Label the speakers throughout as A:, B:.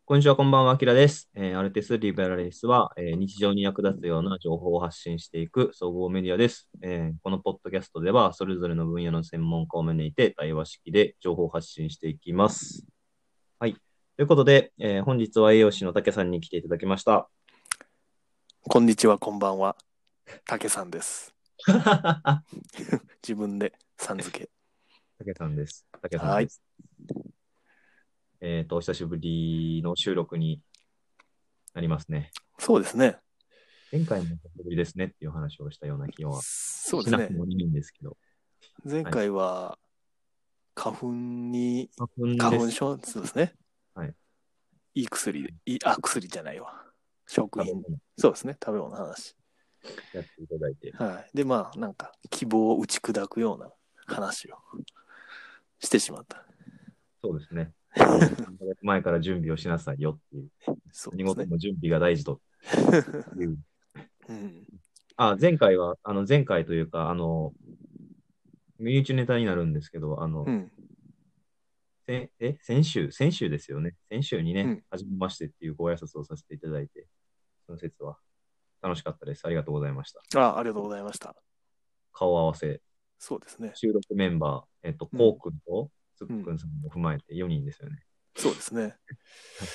A: こんにちは、こんばんは、あきらです。アルテス・リベラリスは、日常に役立つような情報を発信していく総合メディアです。このポッドキャストでは、それぞれの分野の専門家を招いて対話式で情報を発信していきます。はい。ということで、本日は栄養士の竹さんに来ていただきました。
B: こんにちは、こんばんは。竹さんです。自分でさん付け。
A: 竹さんです。竹さん
B: はい。
A: です。お久しぶりの収録になりますね。
B: そうですね。
A: 前回も久しぶりですねっていう話をしたような気は
B: そうですね。
A: しなくもいいんですけど。
B: 前
A: はい。
B: 回は花粉に、
A: 花粉です。
B: 花粉症、そうですね。
A: はい。
B: いい薬で、薬じゃないわ。食品。
A: 食べ物
B: そうですね。食べ物の話。
A: やっていただいて。
B: はい。で、なんか、希望を打ち砕くような話をしてしまった。
A: そうですね。前から準備をしなさいよっていう。何
B: そうですね。
A: 事も準備が大事という。
B: うん。
A: 前回は、前回というか、身内ネタになるんですけど、
B: うん。
A: 先週ですよね。先週にね、
B: うん。
A: 初めましてっていうご挨拶をさせていただいて、その説は楽しかったです。ありがとうございました。
B: ありがとうございました。
A: 顔合わせ、
B: そうですね。
A: 収録メンバー、こう
B: うん。
A: くんとつっ
B: うん。
A: くんさんも踏まえて4人ですよね。
B: そうですね。
A: はい。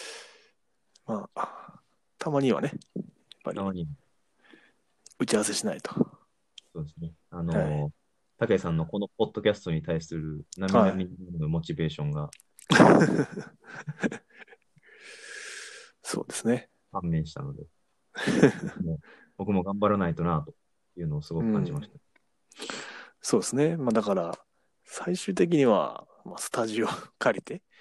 B: たまにはね、やっぱり
A: たまに、
B: 打ち合わせしないと。
A: そうですね。
B: はい。
A: たけさんのこのポッドキャストに対する並々
B: はい。
A: のモチベーションが
B: そうですね。
A: 判明したので、僕も頑張らないとなというのをすご
B: うん。
A: く感じました。
B: そうですね。だから、最終的には、スタジオ借りて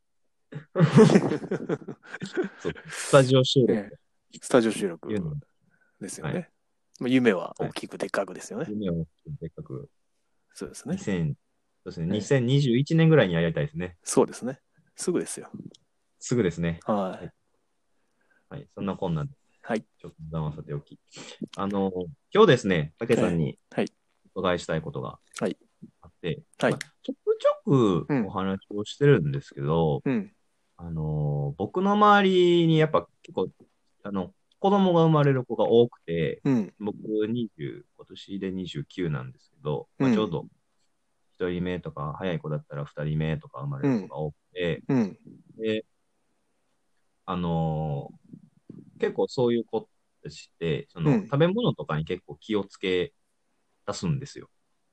A: そう、スタジオ収録
B: ええ、スタジオ収
A: というのを、
B: 録ですよ
A: はい、
B: ね。夢は
A: はい、
B: 大きくでっかくですよね。
A: 夢をせっかく
B: そうですね。
A: 2000、そうですね、
B: ええ、
A: 2021年ぐらいにやりたいですね。
B: そうですね。すぐですよ。
A: すぐですね。はい、
B: はい。
A: はい、そんなこんなで、
B: はい。
A: ちょっと談話さておき。あの、今日ですね、たけさん
B: ええ、
A: に
B: はい。
A: お伺いしたいことが
B: はい。
A: あって、
B: はい。
A: ちょくちょく
B: うん。
A: お話をしてるんですけど、
B: うん。
A: 僕の周りにやっぱ結構、子供が生まれる子が多くて、
B: うん。
A: 僕20、今年で29なんですけど、ちょう
B: うん。
A: ど1人目とか、早い子だったら2人目とか生まれ
B: うん。
A: る子が多くて、
B: うん。
A: で、あのー結構そういう子たちって、そ
B: うん。
A: の食べ物とかに結構気をつけ出すんですよ。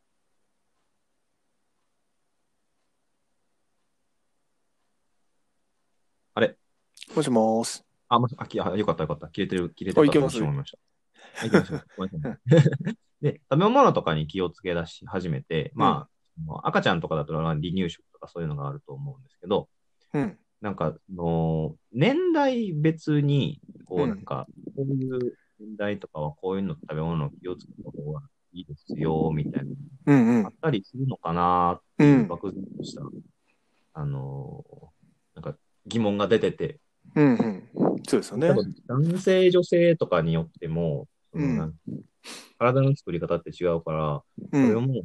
A: あれ
B: もしもーし。
A: よかったよかった。切れて
B: お、い
A: たと
B: けます。
A: 一瞬思いました。あ、行きましょう。ごめんなさい。で、食べ物とかに気をつけ出し始めて、
B: うん。
A: 赤ちゃんとかだと離乳食とかそういうのがあると思うんですけど、
B: うん。
A: なんか、年代別に、
B: うん。
A: こういう年代とかはこういうの食べ物を気をつけた方がいいですよ、みたいな、
B: うん。うん。
A: あったりするのかなっていう
B: うん。
A: 漠然とした、あのなんか疑問が出てて、
B: うん。うん。そうですよね。
A: 多分男性、女性とかによっても、
B: うん。
A: 体の作り方って違うから、
B: うん。
A: 食べ物って、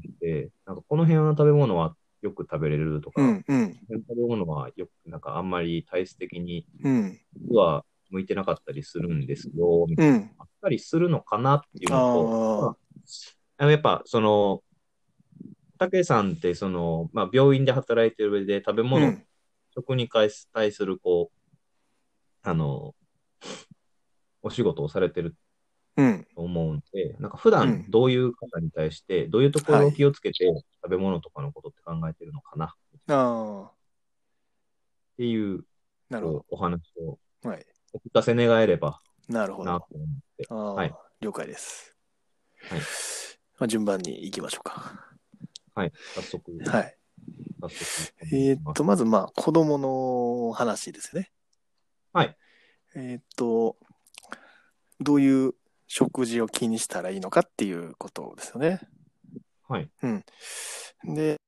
A: この辺の食べ物はよく食べれるとか、
B: うん。うん。
A: この辺の食べ物はよく、あんまり体質的に
B: うん。
A: は向いてなかったりするんですよ、みたいな、
B: うん。
A: あったりするのかなっていう
B: あ
A: のと、
B: あ。
A: やっぱ、たけさんって、病院で働いてる上で食べ物、
B: うん。
A: 食に対する、あの、お仕事をされてる
B: うん。
A: と思うんで、普段
B: うん。
A: どういう方に対して、どういうところを気
B: はい。
A: をつけて食べ物とかのことって考えてるのかな
B: ああ。
A: っていう、
B: なるほ
A: お話を
B: ど。はい。
A: お聞かせ願えれば
B: なるほど。
A: なと思って。はい。
B: ああ。了解です。
A: はい。
B: 順番に行きましょうか。
A: はい。
B: はい。
A: 早速、お願いします。
B: まず、子供の話ですね。
A: はい。
B: どういう食事を気にしたらいいのかっていうことですよね。
A: はい。
B: うん。で、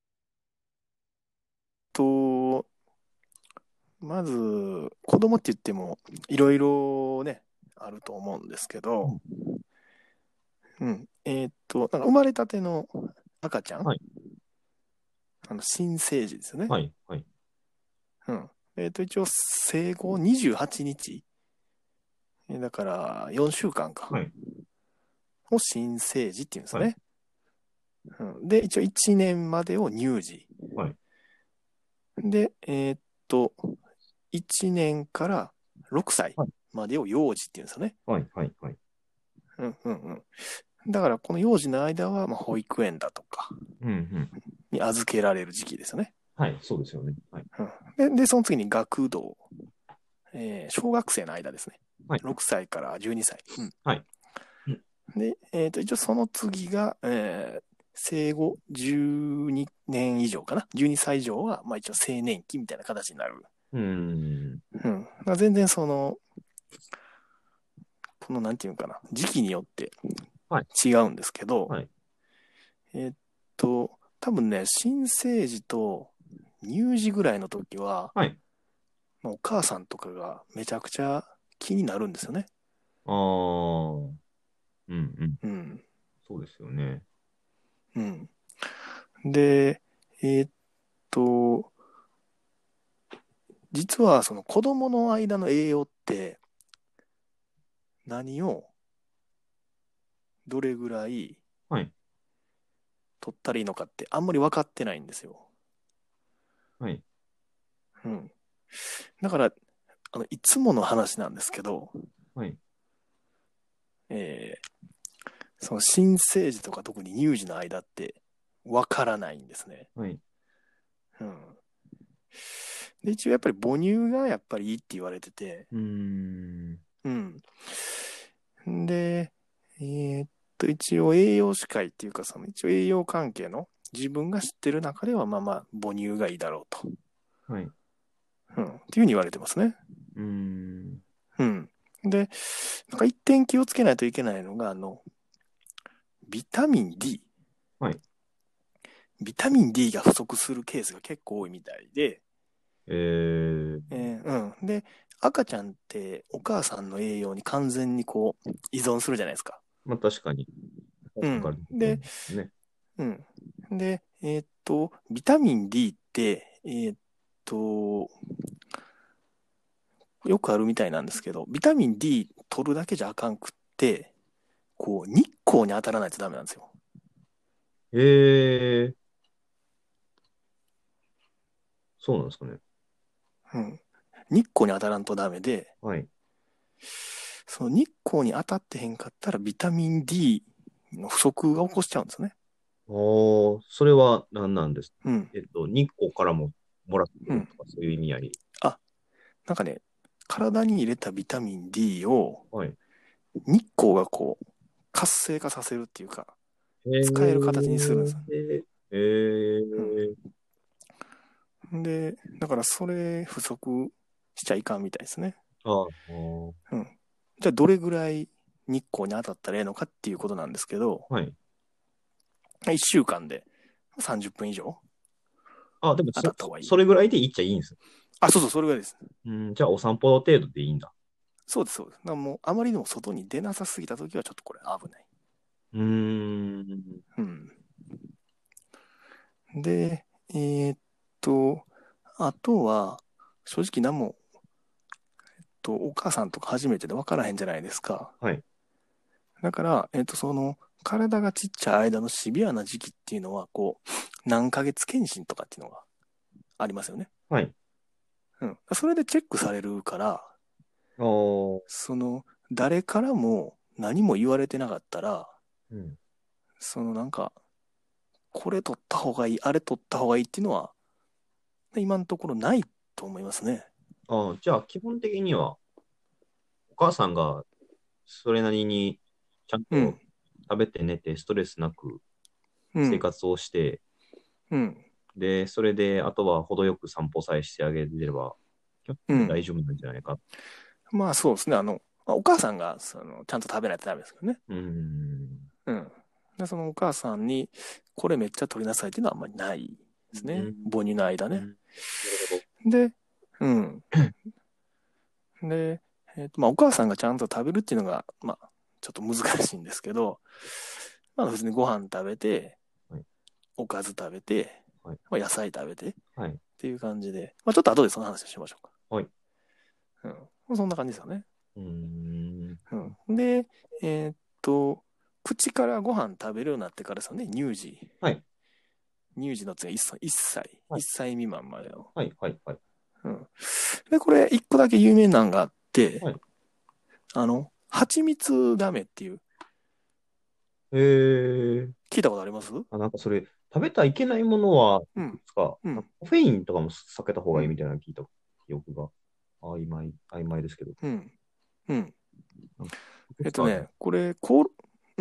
B: と、まず、子供って言っても、いろいろね、あると思うんですけど、うん。なんか生まれたての赤ちゃん、
A: はい。
B: 新生児ですよね。
A: はい。はい。
B: うん。 一応生後28日。だから4週間か。
A: はい。
B: を新生児っていうんですね。で、一応1年までを乳児。
A: はい。
B: で、1年から6歳までを幼児っていうんですよね。
A: はい。はい。はい。
B: だからこの幼児の間は、保育園だとか
A: うん。うん。
B: に預けられる時期ですよね。
A: はい。そうですよね。はい。
B: で、その次に学童。小学生の間ですね。
A: はい。
B: 6歳から12歳。
A: はい。
B: で、一応その次が、生後12年以上かな。12歳以上は、一応青年期みたいな形になる。全然このなんていうかな、時期によって違うんですけど、
A: はい。
B: 多分ね、新生児と乳児ぐらいの時は、
A: はい。
B: お母さんとかがめちゃくちゃ気になるんですよね。
A: ああ。うん。うん。
B: うん。
A: そうですよね。
B: うん。で、えーっと、実はその子供の間の栄養って何をどれぐらい
A: はい。
B: 取ったらいいのかってあんまり分かってないんですよ。
A: はい。
B: うん。だから、いつもの話なんですけど、
A: はい。
B: えその新生児とか特に乳児の間って分からないんですね。
A: はい。
B: うん。で、一応やっぱり母乳がやっぱりいいって言われてて、
A: うーん。
B: うん。で、一応栄養士会っていうか、その一応栄養関係の自分が知ってる中では、母乳がいいだろうと。
A: はい。
B: うん。っていうふうに言われてますね。
A: うーん。
B: うん。で、なんか一点気をつけないといけないのが、ビタミン D。
A: はい。
B: ビタミン D が不足するケースが結構多いみたいで、で、赤ちゃんってお母さんの栄養に完全にこう依存するじゃないですか。
A: まあ確かに。
B: うん。で、
A: ね。
B: うん。で、ビタミン D って、と、よくあるみたいなんですけど、ビタミン D 取るだけじゃあかんくって、こう、日光に当たらないとダメなんですよ。
A: えー、そうなんですかね。
B: うん。日光に当たらんとダメで、
A: はい。
B: その日光に当たってへんかったらビタミン D の不足が起こしちゃうんですね。
A: それは何なんですか？
B: うん。
A: 日光からももらって
B: うん。
A: るとか、そういう意味合い。
B: あ、なんかね、体に入れたビタミン D を
A: はい。
B: 日光がこう活性化させるっていうか、使える形にするんです。で、だからそれ不足しちゃいかんみたいですね。
A: ああ、
B: うん。じゃあどれぐらい日光に当たったらええのかっていうことなんですけど、
A: はい。
B: 1週間で30分以上
A: あ、でも
B: 当たった方がいい。
A: それぐらいでいっちゃいいんです。
B: あ、そうそう、それぐらいです。
A: じゃあお散歩程度でいいんだ。
B: そうです、そうです。だからもうあまりにも外に出なさすぎたときはちょっとこれ危ない。
A: うーん。
B: うん。で、あとは、正直何も、お母さんとか初めてで分からへんじゃないですか。
A: はい。
B: だから、体がちっちゃい間のシビアな時期っていうのは、こう、何ヶ月検診とかっていうのがありますよね。
A: はい。
B: うん。それでチェックされるから、
A: おー。
B: 誰からも何も言われてなかったら、
A: うん。
B: なんか、これ取った方がいい、あれ取った方がいいっていうのは、今のところないと思いますね。
A: じゃあ基本的にはお母さんがそれなりにちゃんと
B: うん。
A: 食べて寝てストレスなく生
B: うん。
A: 活をして、
B: うん。
A: で、それであとは程よく散歩さえしてあげれば、基本的には大丈夫なんじゃないか。
B: そうですね。お母さんが、ちゃんと食べないとダメですけどね。
A: うーん。
B: うん。で、そのお母さんに、これめっちゃ取りなさいっていうのはあんまりないですね。母乳の間ね。
A: なるほど。
B: で、うん。で、お母さんがちゃんと食べるっていうのが、ちょっと難しいんですけど、普通にご飯食べて、
A: はい。
B: おかず食べて、
A: はい。
B: 野菜食べて、
A: はい。
B: っていう感じで、まあちょっと後でその話をしましょうか。
A: はい。
B: うん。そんな感じですよね。
A: うん。
B: で、口からご飯食べるようになってからですよね、乳児。
A: はい。
B: 乳児の次は1歳、
A: はい
B: 1歳未満までの。
A: はい、はい、はい。
B: で、これ、1個だけ有名なのがあって、
A: はい。
B: 蜂蜜ダメっていう。聞いたことあります？
A: なんかそれ、食べたらいけないものはいくつか、
B: うん。
A: カフェインとかも避けた方がいいみたいなの聞いた記憶が曖昧ですけど。
B: うん。うん。
A: なんかいくつかある。
B: これ、うん。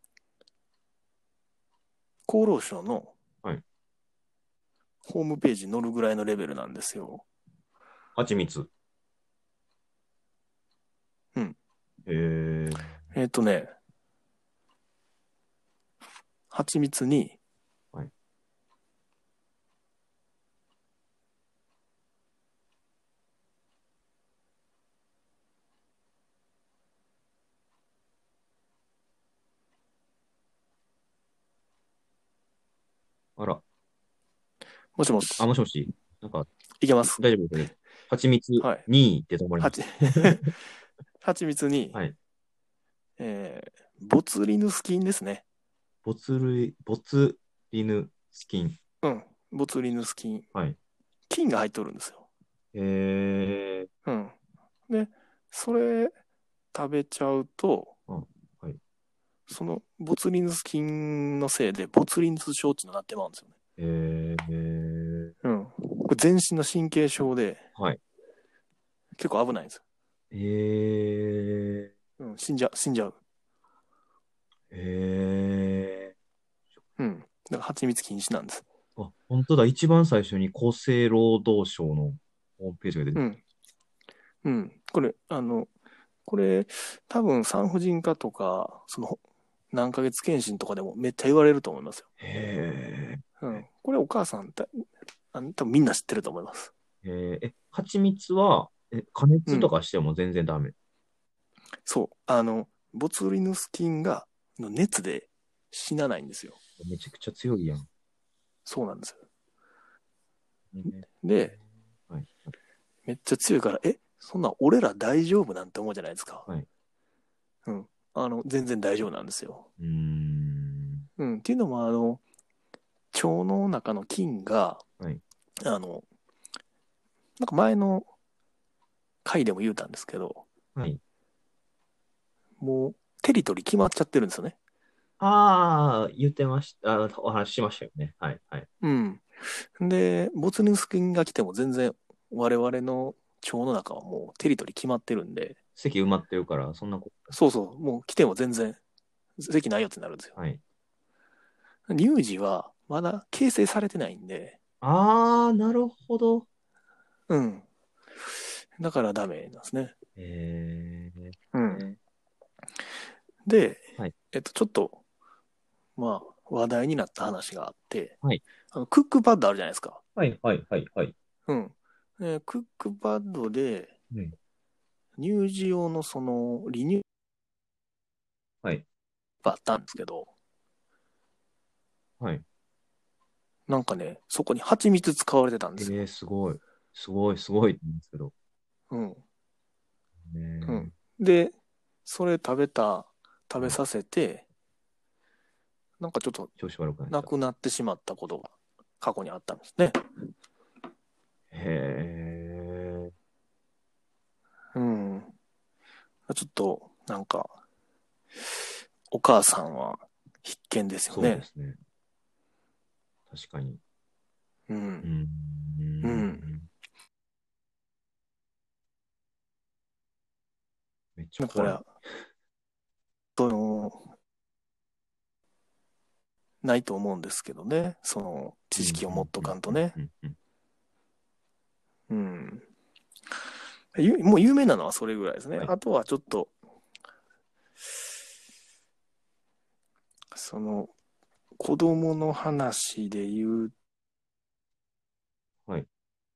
B: 厚労省の
A: はい。
B: ホームページに載るぐらいのレベルなんですよ。
A: 蜂蜜。
B: うん。
A: へ
B: 蜂蜜に、
A: はい。あら。
B: もしもし、
A: もしもし。なんか、
B: いけます。
A: 大丈夫ですね。蜂蜜
B: はい。
A: 2って止まりまし
B: 蜂蜜に、
A: た。はい。
B: ボツリヌス菌ですね。
A: ボツリヌス菌。
B: うん。ボツリヌス菌。
A: はい。
B: 菌が入っとるんですよ。うん。で、それ食べちゃうと、
A: はい。
B: そのボツリヌス菌のせいでボツリヌス症っていうのになってまうんですよね。うん。これ全身の神経症で、
A: はい。
B: 結構危ないんですよ。
A: え
B: うん。死んじゃう。
A: え
B: うん。だから蜂蜜禁止なんです。
A: 本当だ。一番最初に厚生労働省のホームページが出てる。
B: うん。うん。これ、多分産婦人科とか、何ヶ月検診とかでもめっちゃ言われると思いますよ。
A: へ
B: うん。これお母さん、多分みんな知ってると思います。
A: 蜂蜜は、加
B: うん。
A: 熱とかしても全然ダメ。
B: そう。ボツリヌス菌の熱で死なないんですよ。
A: めちゃくちゃ強いやん。
B: そうなんですよ。
A: ね
B: で、
A: はい。
B: めっちゃ強いから、そんな俺ら大丈夫なんて思うじゃないですか。
A: はい。
B: うん。全然大丈夫なんですよ。
A: うーん。
B: うん。っていうのも、腸の中の菌が、
A: はい。
B: なんか前の回でも言うたんですけど、
A: はい。
B: もう、テリトリー決まっちゃってるんですよね。
A: 言ってました。お話ししましたよね。はい。はい。
B: うん。で、ボツリヌス菌が来ても全然我々の腸の中はもうテリトリー決まってるんで、
A: 席埋まってるから、そんなこと。
B: そうそう、もう来ても全然席ないよってなるんですよ。
A: はい。
B: 乳児はまだ形成されてないんで、
A: なるほど。
B: うん。だからダメなんですね。
A: え
B: うん。で、
A: はい。
B: ちょっと、まあ、話題になった話があって、
A: はい。
B: クックパッドあるじゃないですか。
A: はい。はい。はい。はい。
B: うん。クックパッドで、
A: うん。
B: 乳児用のその離乳
A: はい。
B: があったんですけど、
A: はい。
B: なんかね、そこに蜂蜜使われてたんですよ。
A: すごい。すごい、すごいって言うんですけど。
B: うん。う
A: ね
B: ん。で、それ食べ
A: はい。
B: させて、なんかちょっと
A: 調子悪くなっちゃっ
B: 亡くなってしまったことが過去にあったんですね。
A: た。へえ。
B: うん。ちょっと、なんか、お母さんは必見ですよね。
A: そうですね。確かに。
B: うん。
A: うん。う
B: うん。
A: んめっちゃ怖い。
B: だから、ないと思うんですけどね。その知識を持っとかんとね。
A: うん
B: うん。もう有名なのはそれぐらいですね。
A: はい。
B: あとはちょっと、子供の話で言う、
A: はい。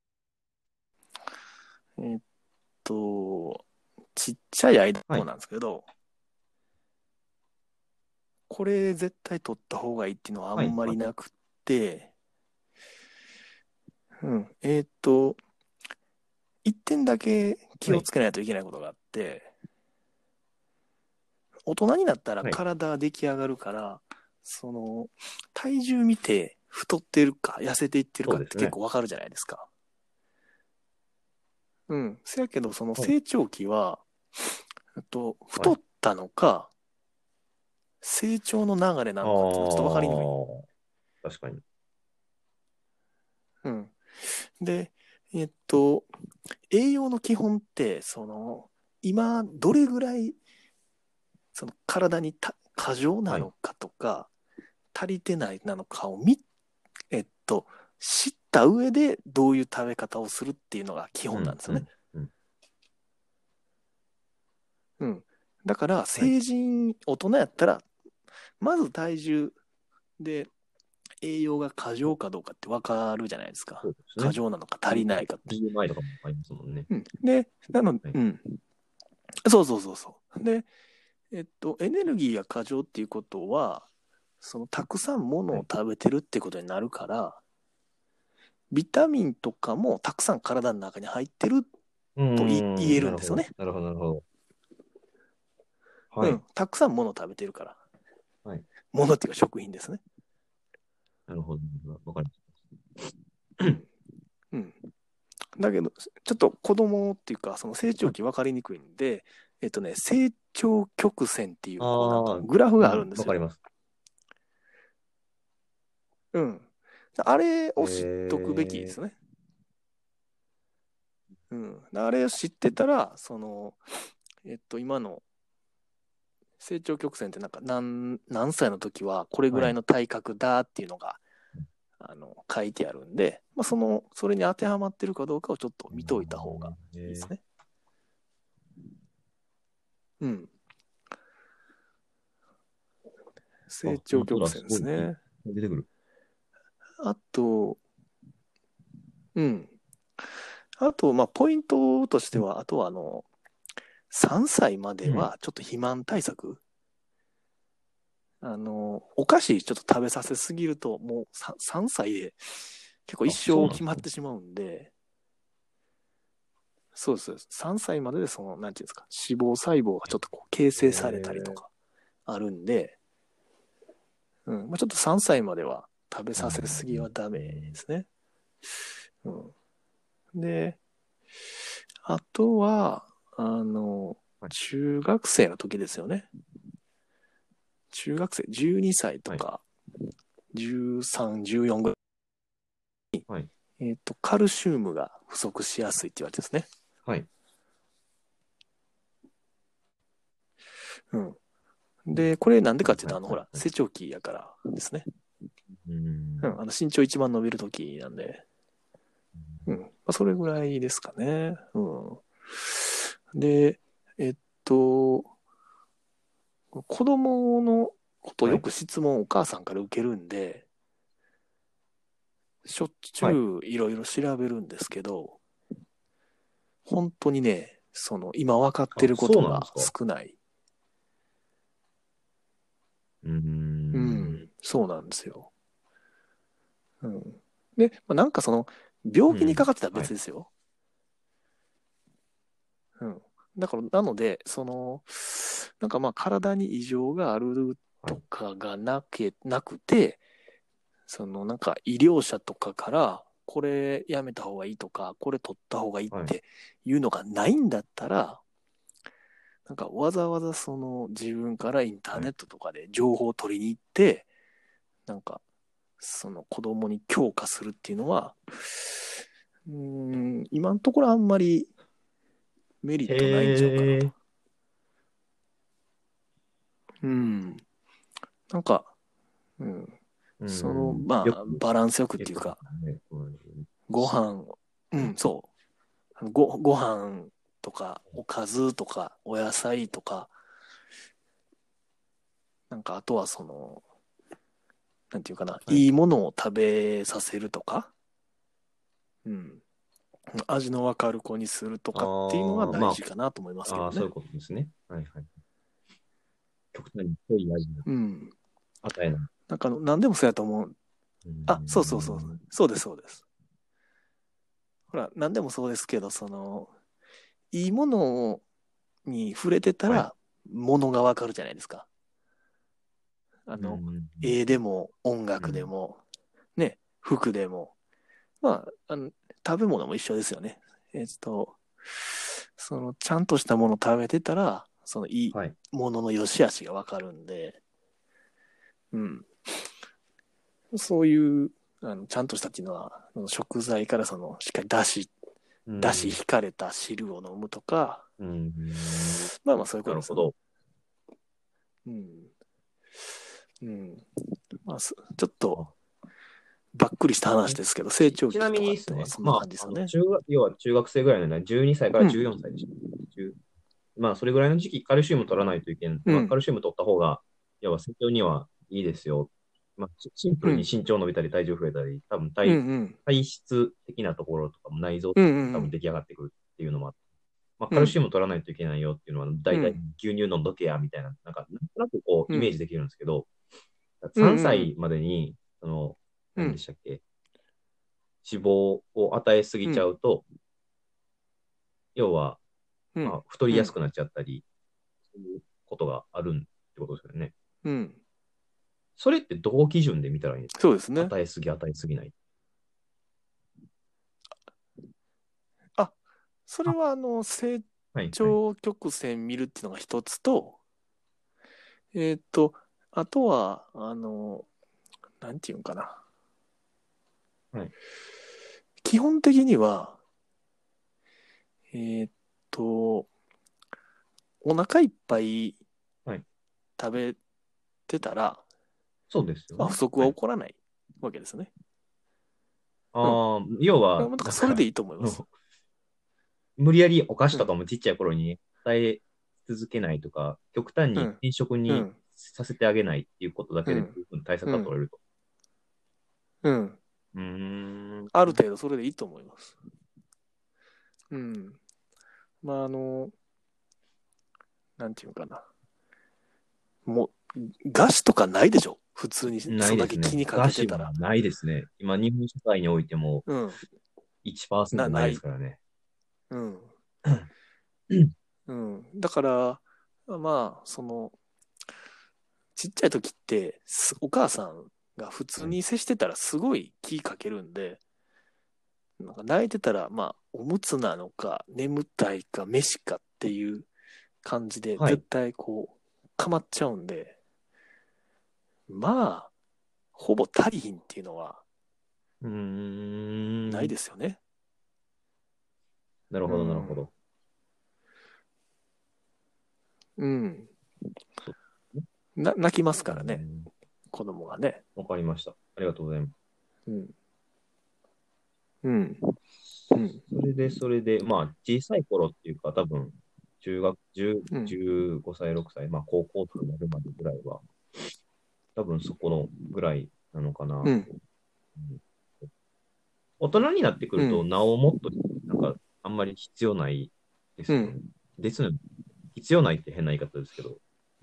B: えーっと、ちっちゃい間
A: はい。
B: なんですけど、これ絶対取った方がいいっていうのはあ
A: はい。
B: んま
A: はい。
B: りなくって、 一点だけ気をつけないといけないことがあって、大人になったら体が出来上がるから、その、体重見て太ってるか痩せていってるかって結構わかるじゃないですか。せやけど、その成長期は、太ったのか、成長の流れなのかっていうのはちょっとわかりにくい。
A: 確かに。
B: で、栄養の基本って、その、今、どれぐらい、その体に過剰なのかとか、足りてないなのかを知った上でどういう食べ方をするっていうのが基本なんですよね。だから、成人、大人やったら、まず体重で栄養が過剰かどうかって分かるじゃないですか。過剰なのか足りないかって。
A: 前とかもありますもんね。
B: で、なので、そう。で、エネルギーが過剰っていうことは、そのたくさんものを食べてるってことになるから、ビタミンとかもたくさん体の中に入ってると言えるんですよね。
A: なるほど。
B: たくさんものを食べてるから。ものっていうか食品ですね。
A: なるほど。わかりました。
B: だけど、ちょっと子供っていうか、その成長期分かりにくいんで、成長曲線っていうなんかグラフがあるんですよ。
A: わかります。
B: あれを知っとくべきですね。あれを知ってたら、その、今の成長曲線ってなんか何歳の時はこれぐらいの体格だっていうのが、書いてあるんで、それに当てはまってるかどうかをちょっと見といた方がいいですね。成長曲線ですね。
A: 出てくる。
B: あと、ポイントとしては、あとは3歳まではちょっと肥満対策。お菓子ちょっと食べさせすぎると、もう 3歳で結構一生決まってしまうんで、そうです。3歳まででなんていうんですか、脂肪細胞がちょっと形成されたりとかあるんで、ちょっと3歳までは食べさせすぎはダメですね。で、あとは、中学生の時ですよね。中学生、12歳とか、13、14ぐらいに、カルシウムが不足しやすいって言われてですね。で、これなんでかっていうと、ほら、成長期やからですね。身長一番伸びる時なんで、それぐらいですかね。で、子供のことよく質問をお母さんから受けるんで、しょっちゅういろいろ調べるんですけど、本当にね、今分かってることが少ない。そうなんですよ。で、なんか病気にかかってたら別ですよ。だから、なので、なんか体に異常があるとかがなくて、なんか医療者とかから、これやめた方がいいとか、これ取った方がいいっていうのがないんだったら、なんかわざわざ自分からインターネットとかで情報を取りに行って、なんか子供に強化するっていうのは、今のところあんまりメリットないんちゃうかなと。なんか、バランスよくっていうか、ご飯、そう。ご飯とか、おかずとか、お野菜とか、なんかあとはなんていうかな、いいものを食べさせるとか、味のわかる子にするとかっていうのが大事かなと思いますけどね。
A: そういうことですね。極端に濃い味を
B: なんか何でもそうやと思う。そうです。 ほら、何でもそうですけど、いいものに触れてたら、ものがわかるじゃないですか。絵でも音楽でも、ね、服でも、まあ、食べ物も一緒ですよね。ちゃんとしたものを食べてたら、いいものの良し悪しがわかるんで、うん。そういう、ちゃんとしたっていうのは、食材からしっかり出汁引かれた汁を飲むとか、まあまあそういうことですね。なるほど。まあ、ちょっと、ばっくりした話ですけど、成長期とかってはそんな感じですよね。
A: 要は中学生ぐらいのね、12歳から14歳でした。まあ、それぐらいの時期、カルシウム取らないといけない。まあ、カルシウム取った方が、要は成長にはいいですよ。まあ、シンプルに身長伸びたり、体重増えたり、多分体質的なところとかも内臓とかも多分出来上がってくるっていうのもあって、まあ、カルシウム取らないといけないよっていうのは、大体牛乳飲んどけや、みたいな、なんとなくこう、イメージできるんですけど、3歳までに、何でしたっけ、脂肪を与えすぎちゃうと、要は、まあ、太りやすくなっちゃったり、そういうことがあるってことですよね。それってどこ基準で見たらいいんですか？
B: そうですね。
A: 与えすぎ、与えすぎない。
B: それは成長曲線見るっていうのが一つと、あとは、なんていうんかな。基本的には、お腹いっぱい食べてたら、
A: そうですよね。
B: 不足は起こらないわけですね。
A: 要は、
B: それでいいと思います。
A: 無理やりお菓子とかもちっちゃい頃に与え続けないとか、極端に偏食にさせてあげないっていうことだけで対策が取れると。
B: ある程度それでいいと思います。まあなんていうかな。もう、菓子とかないでしょ普通に、そんだけ気にかけてたら。
A: ないですね。今、日本社会においても、1% ないですからね。
B: だから、まあ、ちっちゃい時って、お母さんが普通に接してたらすごい気かけるんで、なんか泣いてたら、まあ、おむつなのか、眠たいか、飯かっていう感じで、絶対こう、かまっちゃうんで、まあ、ほぼ足りひんっていうのは、ないですよね。
A: なるほど、なるほど。
B: 泣きますからね、子供がね。
A: わかりました。ありがとうございます。それで、まあ、小さい頃っていうか、多分、15歳、6歳、まあ、高校とかなるまでぐらいは、多分そこのぐらいなのかな。大人になってくると、なおもっと、なんか、あんまり必要ないですよね。ですので、必要ないって変な言い方ですけど。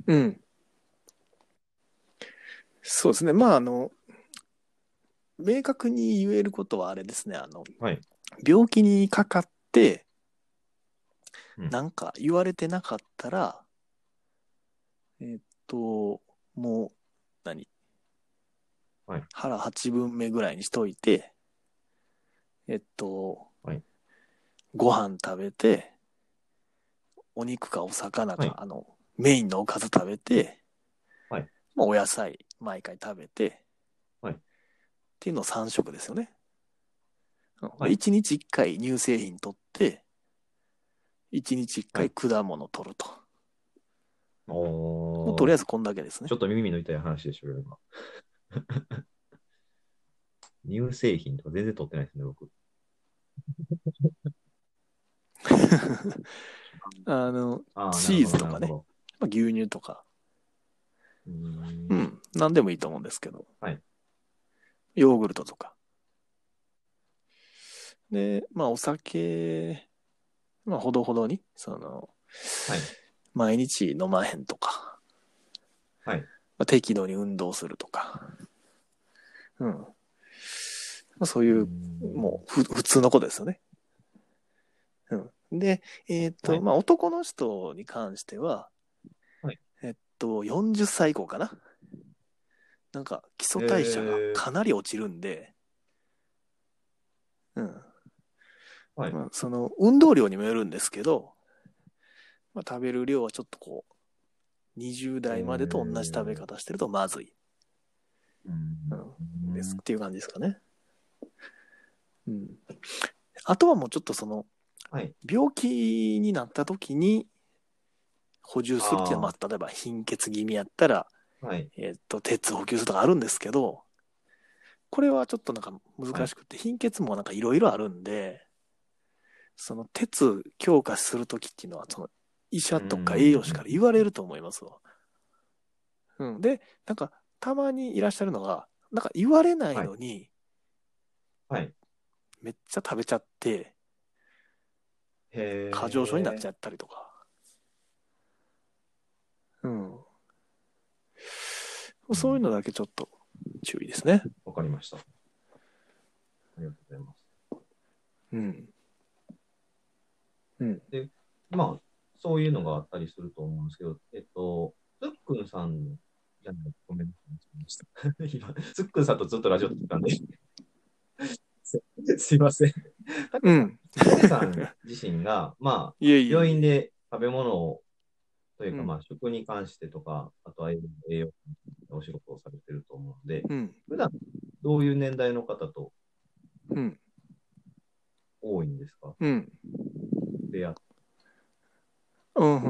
B: そうですね。まあ、明確に言えることはあれですね。病気にかかって、なんか言われてなかったら、もう、腹8分目ぐらいにしといて、ご飯食べて、お肉かお魚か、メインのおかず食べて、まあ、お野菜毎回食べて、っていうの3食ですよね。1日1回乳製品取って、1日1回果物取ると。もうとりあえずこんだけですね。
A: ちょっと耳の痛い話でしょう今。乳製品とか全然取ってないですね、僕。
B: チーズとかね、まあ、牛乳とか、何でもいいと思うんですけど、ヨーグルトとか。で、まあ、お酒、まあ、ほどほどに、毎日飲まへんとか、まあ、適度に運動するとか、まあ、そういう、もう普通のことですよね。 うん。で、まあ、男の人に関しては、
A: はい。
B: 40歳以降かな。なんか、基礎代謝がかなり落ちるんで、うん。
A: はい。
B: まあ、その、運動量にもよるんですけど、まあ、食べる量はちょっとこう、20代までと同じ食べ方してるとまずい。ですっていう感じですかね。うん。あとはもうちょっとその、
A: はい。
B: 病気になった時に補充するっていうのは、まあ、例えば貧血気味やったら、
A: はい。
B: 鉄補給するとかあるんですけど、これはちょっとなんか難しくて、貧血もなんかいろいろあるんで、その鉄強化するときっていうのは、その医者とか栄養士から言われると思いますわ。うん。で、なんかたまにいらっしゃるのが、なんか言われないのに、
A: はい。
B: めっちゃ食べちゃって、過剰症になっちゃったりとか。うん。そういうのだけちょっと注意ですね。
A: わかりました。ありがとうございます。
B: うん。うん。
A: で、まあ、そういうのがあったりすると思うんですけど、つっくんさんじゃない、ごめんなさい。今、つっくんさんとずっとラジオ撮ってたんですいません。
B: うん。
A: たけさん自身が、まあ、
B: いえいえいえ。
A: 病院で食べ物を、というか、
B: うん。
A: まあ、食に関してとか、あとは栄養のお仕事をされてると思うので、
B: うん。
A: 普段どういう年代の方と
B: うん。
A: 多いんですか？
B: うん。
A: 出会っ
B: うん。うん。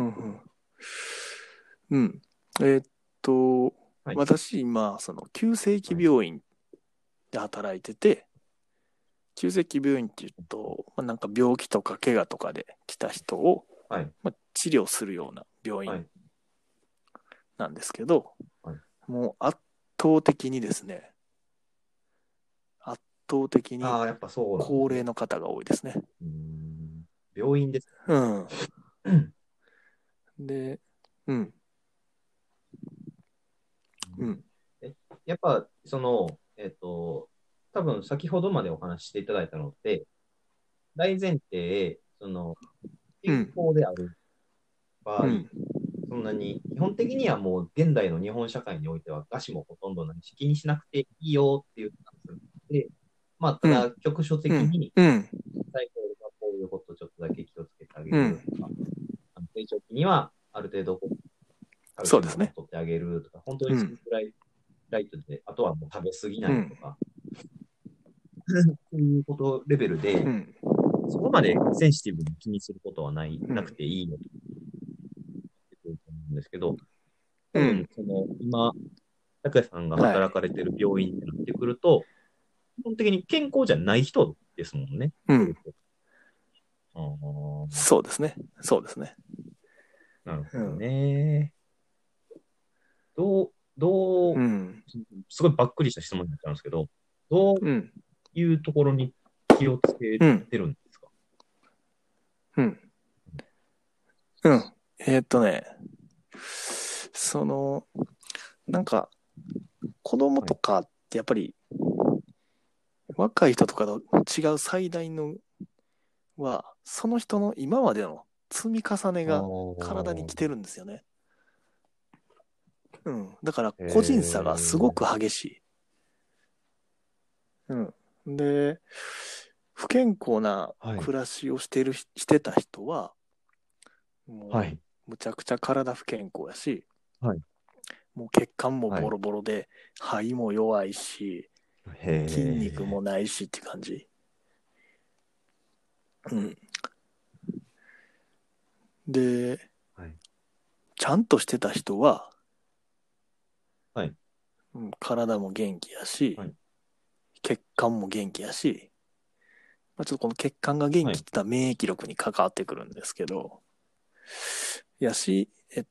B: うん。えーっと、
A: はい。
B: 私今、その急性期
A: はい。
B: 病院で働いてて、急性期病院っていうと、まあ、なんか病気とか怪我とかで来た人を、
A: はい。
B: まあ、治療するような病院
A: はい。
B: なんですけど、
A: はい。
B: もう圧倒的にですね、圧倒的に
A: ああ、やっぱそうなんで
B: 高
A: すね。
B: 齢の方が多いですね。
A: 病院です。
B: うん。
A: うん
B: で、うん。うん。
A: えやっぱ、多分先ほどまでお話ししていただいたのって、大前提、健
B: うん。
A: 康である場合、
B: うん。
A: そんなに、基本的にはもう現代の日本社会においては、餓死もほとんどないし、気にしなくていいよっていうスタンスで、まあ、た
B: うん。
A: だ、局所
B: うん。
A: 的に、
B: うん。
A: 最後はこういうことをちょっとだけ気をつけてあげ
B: うん。
A: るとか、成長期には、ある程度カルシウムとかを
B: そうですね。
A: 取ってあげるとか、本当にその
B: うん。
A: ぐらいライトで、あとはもう食べ過ぎ
B: うん。
A: ないとか、そういうことレベルで、
B: うん。
A: そこまでセンシティブに気にすることは
B: うん。
A: なくていいのと思うんですけど、多分、
B: うん。
A: 今、高谷さんが
B: はい。
A: 働かれてる病院ってなってくると、基本的に健康じゃない人ですもんね。
B: うん。
A: ああ、
B: そうですね。そうですね。
A: なるほど
B: うん。
A: ね。どう、
B: うん。
A: すごいばっくりした質問になっちゃうんですけど、どう
B: うん。
A: いうところに気をつけ
B: うん。
A: てるんですか？
B: うん。うん。ね、その、なんか、子供
A: はい。
B: とかってやっぱり、若い人とかと違う最大のは、その人の今までの積み重ね
A: あ
B: が体に来て
A: あ、
B: るんですよね。うん。だから、
A: へ
B: 個人差がすごく
A: え、
B: 激しい。うん。で、不健康な
A: はい。
B: 暮らしをしてた人は、も
A: はい。
B: う、むちゃくちゃ体不健康やし、
A: はい。
B: もう血管も
A: はい。
B: ボロボロで、肺も弱いし、
A: へ
B: 筋肉も
A: え、
B: ないしって感じ。うん。で、
A: はい。
B: ちゃんとしてた人は、
A: はい。
B: うん、体も元気やし、
A: はい。
B: 血管も元気やし、まあ、ちょっとこの血管が元
A: はい。
B: 気って言ったら免疫力に関わってくるんですけど、やし、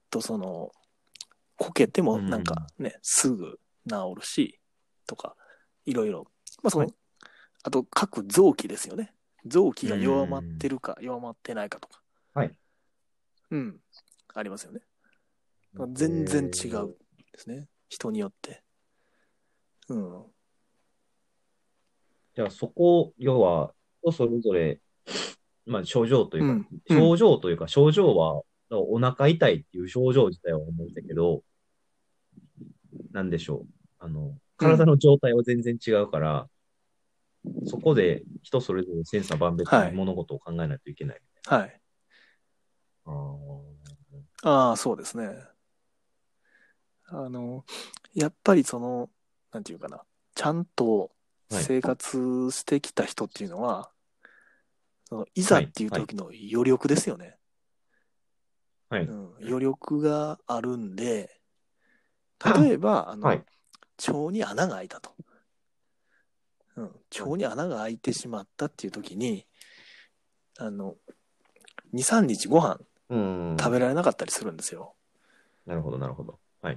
B: こけてもなんか
A: うん。
B: ね、すぐ治るし、とか、いろいろ。まあ、
A: はい。
B: あと各臓器ですよね。臓器
A: う
B: が弱まって
A: ん。
B: るか弱まってないかとか。
A: はい。
B: うん。ありますよね。全然違う
A: え
B: ですね。人によって。うん。
A: じゃあそこ、要は、人それぞれまあ、症状というか、
B: うん。
A: 症状は、お腹痛いっていう症状自体は思うんだけど、なんでしょう。体の状態は全然違うから、そこで人それぞれ千差万別
B: はい。
A: に物事を考えないといけない。
B: はい。
A: あー
B: ああ、そうですね。あの、やっぱりその、なんていうかな、ちゃんと
A: はい、
B: 生活してきた人っていうのは、そのいざ
A: はい、
B: っていう
A: はい、
B: 時の余力ですよね。
A: はい。
B: うん、余力があるんで、例えば、
A: はい、
B: 腸に穴が開いたと。うん、
A: はい。
B: 腸に穴が開いてしまったっていう時に、2、3日ご飯
A: うーん。
B: 食べられなかったりするんですよ。
A: なるほど、なるほど。はい、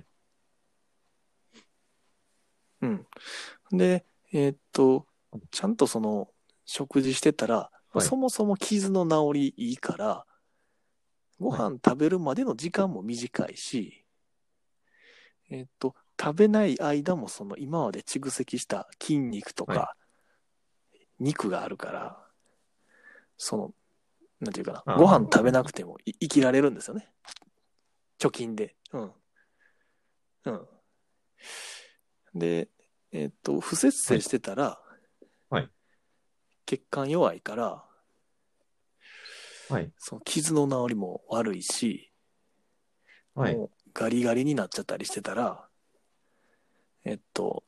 B: うん。で、ちゃんとその、食事してたら、
A: はい、
B: そもそも傷の治りいいから、ご
A: はい、
B: 飯食べるまでの時間も短いし、食べない間もその今まで蓄積した筋肉と
A: はい。
B: か肉があるから、その、なんていうかな、ご
A: ああ、
B: 飯食べ
A: はい、
B: なくても生きられるんですよね。貯金で。うん。うん。で、不節制
A: はい、
B: してたら、
A: はい、
B: 血管弱いから、
A: はい、
B: その傷の治りも悪いし、
A: はい、
B: もうガリガリになっちゃったりしてたら、えっと、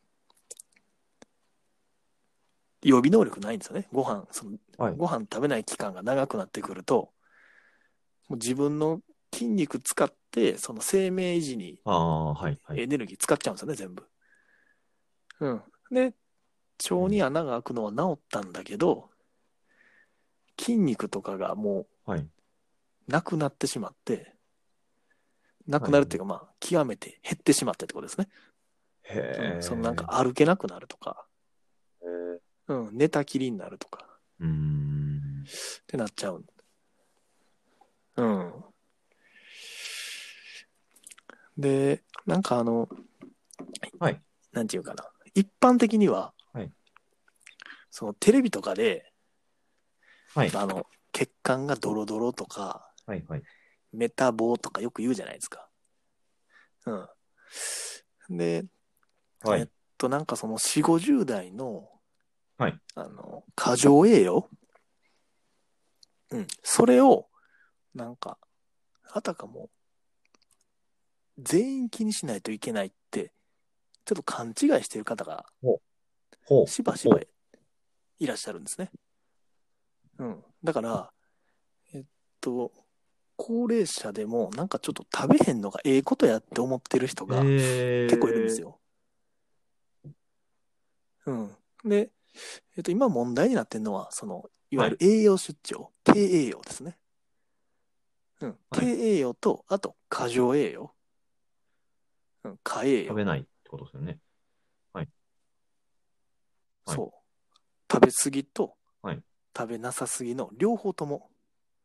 B: 予備能力ないんですよね。
A: はい。
B: ご飯食べない期間が長くなってくると、もう自分の筋肉使って、その生命維持に
A: ああ、はい、はい。
B: エネルギー使っちゃうんですよね、全部。うん。で、腸に
A: うん、
B: 穴が開くのは治ったんだけど、筋肉とかがも
A: はい、
B: うなくなってしまって、なく
A: はい。
B: なるっていうか、まあ、極めて減ってしまってってことですね。
A: へ
B: うん。そのなんか
A: え。
B: 歩けなくなるとか、
A: へえ。
B: うん、寝たきりになるとか、
A: うーん。
B: ってなっちゃう。うん。で、なんか
A: はい、
B: なんていうかな。一般的には、
A: はい、
B: そのテレビとかで、
A: はい、
B: 血管がドロドロとか、
A: はい、はい、
B: メタボとかよく言うじゃないですか。うん。で、
A: はい、
B: なんかその4、50代の、
A: はい。
B: 過剰栄養、うん。それを、なんか、あたかも、全員気にしないといけないって、ちょっと勘違いしている方が、
A: ほう、ほう、
B: しばしば
A: ほう。
B: いらっしゃるんですね。うん。だから、えっと、高齢者でも、なんかちょっと食べへんのがええことやって思ってる人が結構いるんです
A: ええ。
B: よ。うん。で、今問題になってるのは、いわ
A: はい、
B: ゆる栄養失調、低栄養ですね。うん。低
A: はい。
B: 栄養と、あと、過剰栄養。うん。過栄養。
A: 食べないってことですよね。はい、はい、
B: そう。食べ過ぎと
A: はい。
B: 食べなさすぎの両方とも、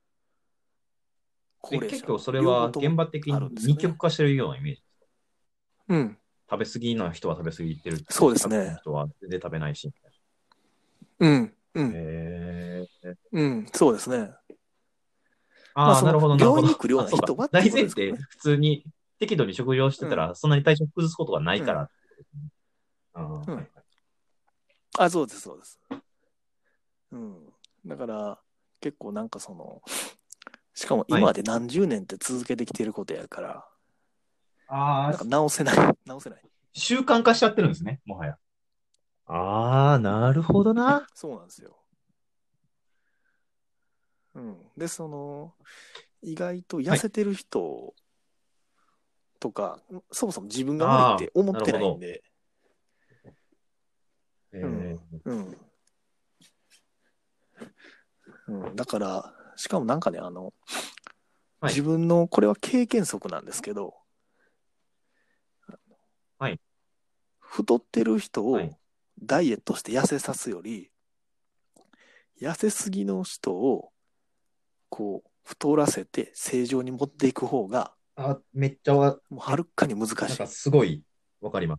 B: 高齢者は
A: 結構それは
B: 両方とも
A: 現場的
B: あ
A: に二
B: るんですよね。
A: 極化してるようなイメージ。
B: うん。
A: 食べ過ぎな人は食べ過ぎってるし、
B: そうですね。
A: 食べない人は全然食べないし。
B: うん。う
A: へ
B: ん。
A: え。
B: うん。そうですね。まあ、
A: ああ、なるほど、なるほど。
B: 病院に来るよう
A: あ、そうか。
B: な人はっていうこと
A: 大前提、
B: ですけどね。
A: 普通に適度に食事をして
B: うん。
A: たら、そんなに体調崩すことがない
B: うん。
A: からってことですね。ああ、はい、は
B: うん。
A: い。
B: あ、そうです、そうです。うん。だから、結構なんかしかも
A: はい。
B: 今まで何十年って続けてきてることやから、
A: ああ、
B: なんか直せない、直せない。
A: 習慣化しちゃってるんですね、もはや。ああ、なるほどな。
B: そうなんですよ。うん。で、意外と痩
A: はい。
B: せてる人とか、そもそも自分が悪いっ
A: ああ、
B: て思って
A: なるほど。
B: ないんで、うん。
A: え
B: うん。うん。だから、しかもなんかね、
A: はい、
B: 自分の、これは経験則なんですけど、
A: はい、
B: 太ってる人
A: はい。
B: をダイエットして痩せさすより、痩せすぎの人を、こう、太らせて正常に持っていく方が、
A: あ、めっちゃわ、
B: もうはるかに難
A: なんか
B: しい。
A: すごいわかります。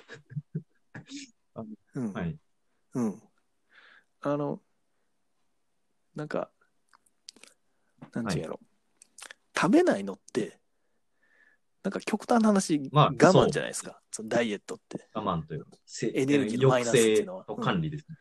A: あ、
B: うん。
A: はい、
B: うん。あの、なんか、 なんちゅうやろ。食べないのって、なんか極端な話、
A: まあ、
B: 我慢じゃないですか。そのダイエットって。
A: 我慢というか、
B: エネルギーのマイナスっていうのは。
A: 抑制と管理ですね。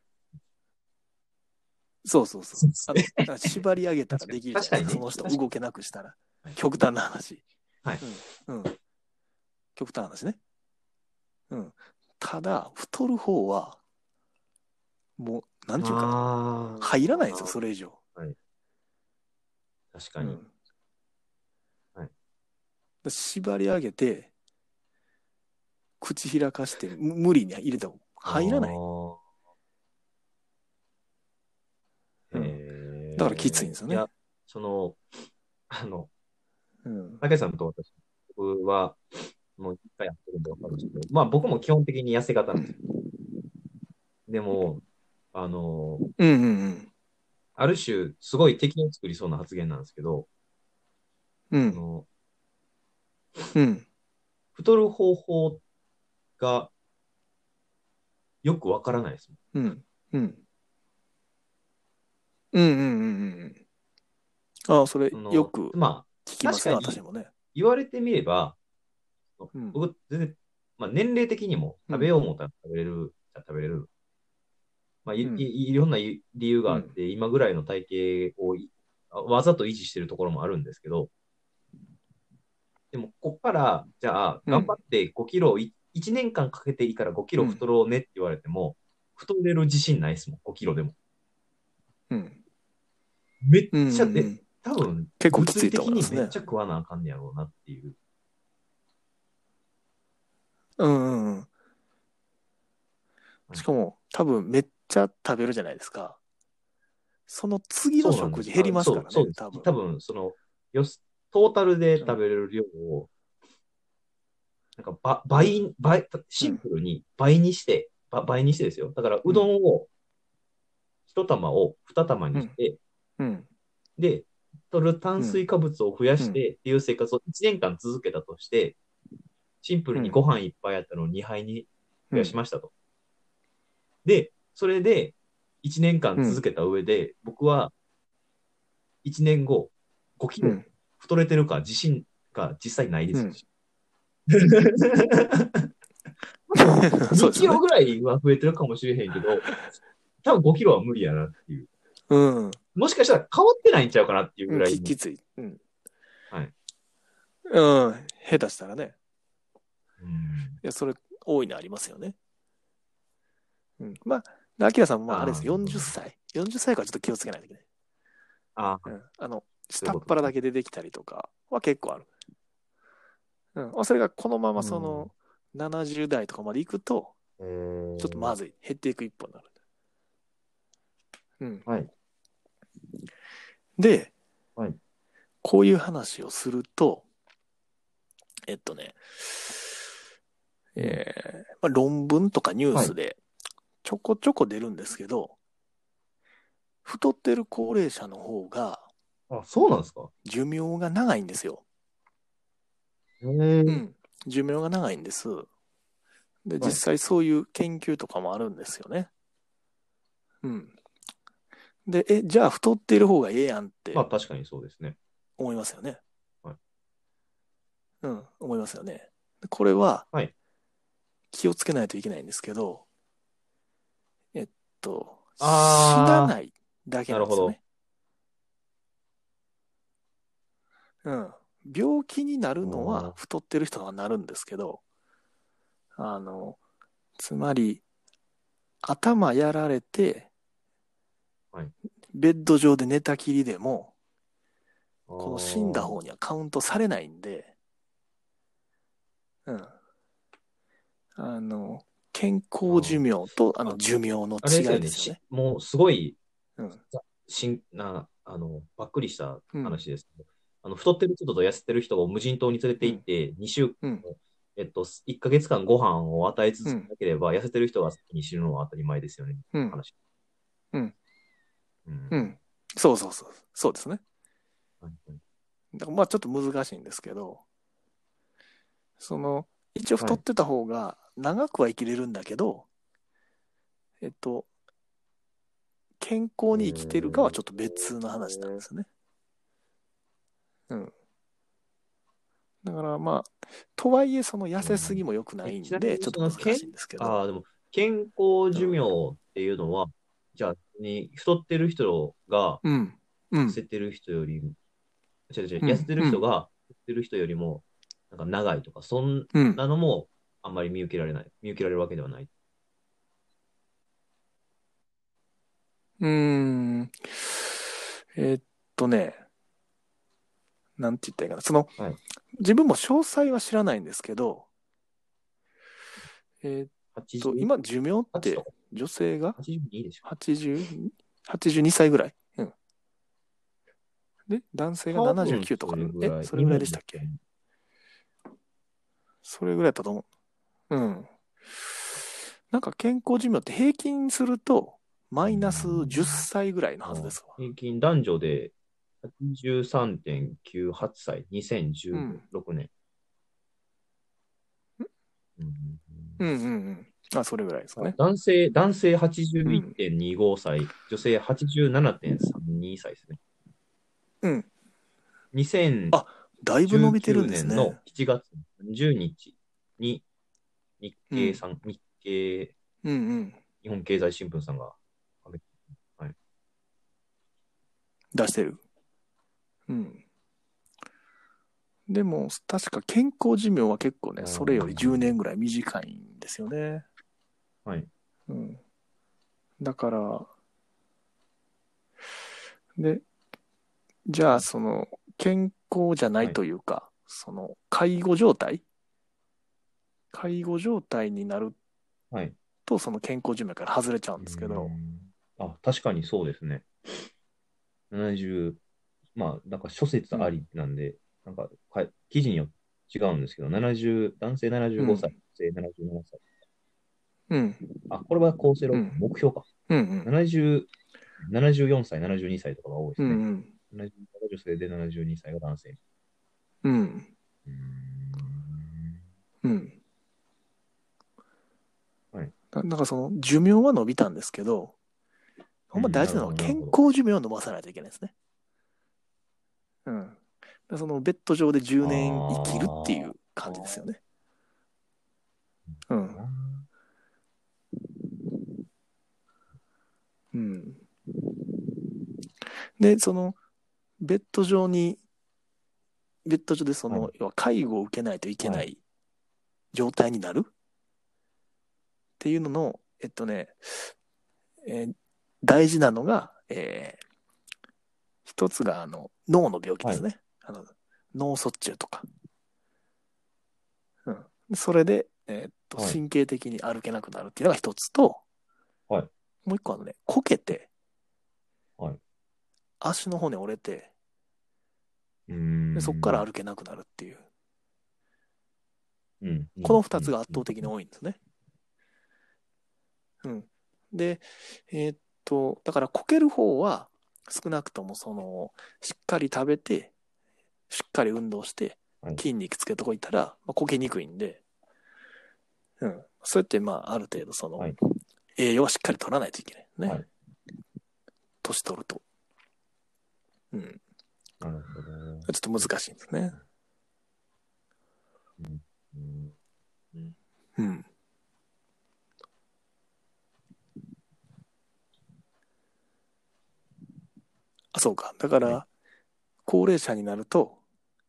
B: そうそうそう。縛り上げたらできるじゃないですか。その人動けなくしたら。極端な話。
A: はい。
B: 極端な話ね。ただ、太る方は、もう、なんていうかな。入らないんですよ、それ以上。
A: はい。確かに。はい。
B: 縛り上げて、口開かして、無理に入れても入らない。だからきついんですよね。いや、
A: 竹さんと私、僕は、もう一回やってるんで分かるんですけど、まあ僕も基本的に痩せ型なんですよ。でも、ある種、すごい敵を作りそうな発言なんですけど、太る方法がよくわからないですもん。
B: ああ、それよく聞きますね、私もね。
A: 言われてみれば、僕、全然、まあ、年齢的にも食べよう思ったら食べれる、食べれる。まあ、いろんな理由があって、今ぐらいの体型をわざと維持してるところもあるんですけど、でも、こっから、じゃあ、頑張って5キロ、1年間かけていいから5キロ太ろうねって言われても、太れる自信ないですもん、5キロでも。めっちゃ、多分、
B: 結構きついと思いますね。
A: めっちゃ食わなあかんねやろうなっていう。
B: しかも、多分めっちゃ食べるじゃないですか。その次の食事減りますからね、多分。
A: 多分、トータルで食べれる量を、なんかシンプルに倍にして、倍にしてですよ。だから、うどんを、1玉を2玉にして、で、取る炭水化物を増やしてっていう生活を1年間続けたとして、シンプルにご飯いっぱいあったのを2杯に増やしましたと。で、それで1年間続けた上で、僕は1年後、5キロ太れてるか自信が実際ないですし。2キロぐらいは増えてるかもしれへんけど、多分5キロは無理やなっていう。もしかしたら変わってないんちゃうかなっていうぐらい。
B: きつい。
A: はい。
B: 下手したらね。いや、それ、大いにありますよね。まあ、アキラさんもあれです。40歳。40歳からちょっと気をつけないといけない。下っ腹だけ出てきたりとかは結構ある。それがこのままその70代とかまでいくと、ちょっとまずい。減っていく一歩になる。
A: はい。
B: で、こういう話をすると、論文とかニュースでちょこちょこ出るんですけど、太ってる高齢者の方が、
A: そうなんですか？
B: 寿命が長いんですよ。寿命が長いんです。で、実際そういう研究とかもあるんですよね。で、じゃあ太っている方がええやんって。
A: まあ確かにそうですね。
B: 思いますよね。思いますよね。これは、気をつけないといけないんですけど、死なないだけなんですよね。病気になるのは太ってる人がなるんですけど、つまり、頭やられて、ベッド上で寝たきりでも、この死んだ方にはカウントされないんで、健康寿命と寿命の違いですよね。
A: もうすごい、ばっくりした話ですけど、太ってる人と痩せてる人を無人島に連れて行って、2週間、1ヶ月間ご飯を与え続けなければ、痩せてる人が先に死ぬのは当たり前ですよね。話。
B: そうそうそう。そうですね。だからまあちょっと難しいんですけど、一応太ってた方が長くは生きれるんだけど、健康に生きてるかはちょっと別の話なんですね。 うん。だからまあ、とはいえその痩せすぎも良くないんで、
A: ちなみに
B: ちょっと難しいんですけど。
A: でも、健康寿命っていうのは、じゃあ、太ってる人が
B: うん。う
A: 痩せ
B: ん。
A: てる人より、
B: うん。
A: 痩せてる
B: うん。
A: 人が太ってる人よりも、なんか長いとか、そん
B: うん。
A: なのもあんまり見受けられない。見受けられるわけではない。
B: うーん。えーっね、なんて言ったらいいかな。
A: はい。
B: 自分も詳細は知らないんですけど、
A: 88
B: 今寿命って
A: とか、
B: 女性が
A: 82でしょ。
B: 80、82歳ぐらい。うん。で、男性が
A: 多分
B: 79とか。
A: それぐらい。
B: それぐらいで
A: 日本
B: したっけ？
A: でも
B: それぐらいだったと思う。うん。なんか健康寿命って平均すると、マイナス10歳ぐらいのはずですわ。
A: 平均男女で83.98歳、
B: うん
A: 2016年。うん
B: うんうんうん。あ、それぐらいですかね。
A: 男性
B: うん。
A: 81.25歳、女性87.32歳ですね。
B: うん。
A: 2019
B: あ、だいぶ伸びてるんですね。
A: 年の7月30日に
B: うん。
A: 日経、
B: うんうん。
A: 日本経済新聞さんが、はい、
B: 出してる。うん。でも、確か健康寿命は結構ね、それより10年ぐらい短いんですよね。
A: はい。
B: うん。だから、で、じゃあ、健康じゃない
A: はい。
B: というか、介護状態になる
A: はい。
B: と、その健康寿命から外れちゃうんですけど、
A: 確かにそうですね。70、まあ、なんか諸説
B: うん。
A: ありなんで、なんか記事によって違うんですけど、男性75
B: うん。
A: 歳、女性77歳。
B: うん。
A: これは厚生労働
B: うん。
A: の目標か。
B: うん。
A: 70、74歳、72歳とかが多いで
B: うん。
A: すね。
B: うん。
A: 70歳が女性で72歳が男性。
B: うん。
A: うーん。
B: うん。
A: はい。
B: なんか寿命は伸びたんですけど、ほんま大事なのは
A: なるほど、なるほど。
B: 健康寿命を伸ばさないといけないですね。うん。ベッド上で10年生きるっていう
A: あ
B: 感じですよね。
A: あ。
B: うん。うん。で、ベッド上に、ベッド上で
A: はい。
B: 要は介護を受けないといけ
A: はい。
B: ない状態になるっていうのの、えー大事なのが、一つが脳の病気で
A: はい。
B: すね。脳卒中とか。うん。それで、
A: はい。
B: 神経的に歩けなくなるっていうのが一つと、
A: はい。
B: もう一個こけて、
A: はい。
B: 足の骨折れて、
A: うー
B: でそこから
A: ん。
B: 歩けなくなるっていう。
A: うん。うん。
B: この二
A: うん。
B: つが圧倒的に多いんですね。うん。で、だからこける方は少なくともしっかり食べて、しっかり運動して、
A: はい。
B: 筋肉つけとこいたら、こけにくいんで、うん。そうやってある程度
A: はい。
B: 栄養はしっかり取らないといけないね。
A: はい。
B: 年取ると。うん。
A: なるほど。
B: ちょっと難しいんですね。
A: うん。うん。うん。
B: うん。そうか。だか
A: はい。
B: ら、高齢者になると、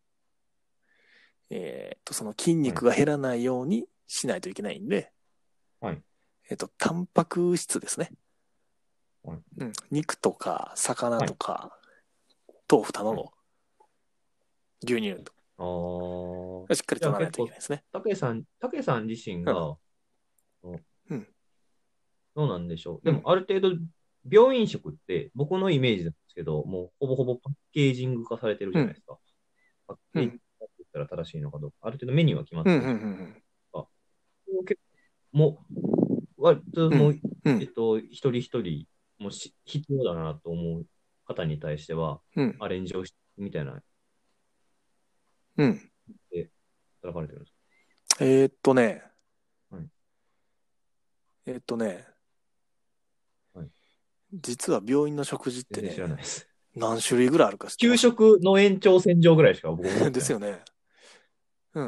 B: その筋
A: はい。
B: 肉が減らないようにしないといけないんで、
A: はい。
B: タンパク質ですね。
A: はい。
B: うん。肉とか、魚
A: はい。
B: とか、豆腐、
A: はい。
B: 卵、牛乳と
A: ああ。
B: か、しっかり取らない
A: じゃあ結構、
B: といけないですね。
A: たけさん自身
B: うん。
A: が、ど
B: うん。
A: うなんでしょう。でも、
B: うん。
A: ある程度、病院食って、僕のイメージなんですけど、もうほぼほぼパッケージング化されてるじ
B: うん。
A: ゃないですか。パッケージング
B: うん。
A: 化って言ったら正しいのかどうか。ある程度メニューは決まっ
B: うん。う
A: てるじゃない
B: ん。
A: ですか。結構、もう、割ともう、
B: うん。うん。
A: 一人一人、必要だなと思う方に対しては、
B: うん。
A: アレンジをし、みたいな、
B: うん。
A: で、働かれてるんです
B: えーっとね、
A: か？はい。
B: えーっとね、
A: はい。
B: 実は病院の食事って
A: 全然知ら
B: ね、
A: ないです。
B: 何種類ぐらいあるか知って
A: 給
B: ます？
A: 食の延長線上ぐらいしか僕思ってない。
B: ですよね。うん。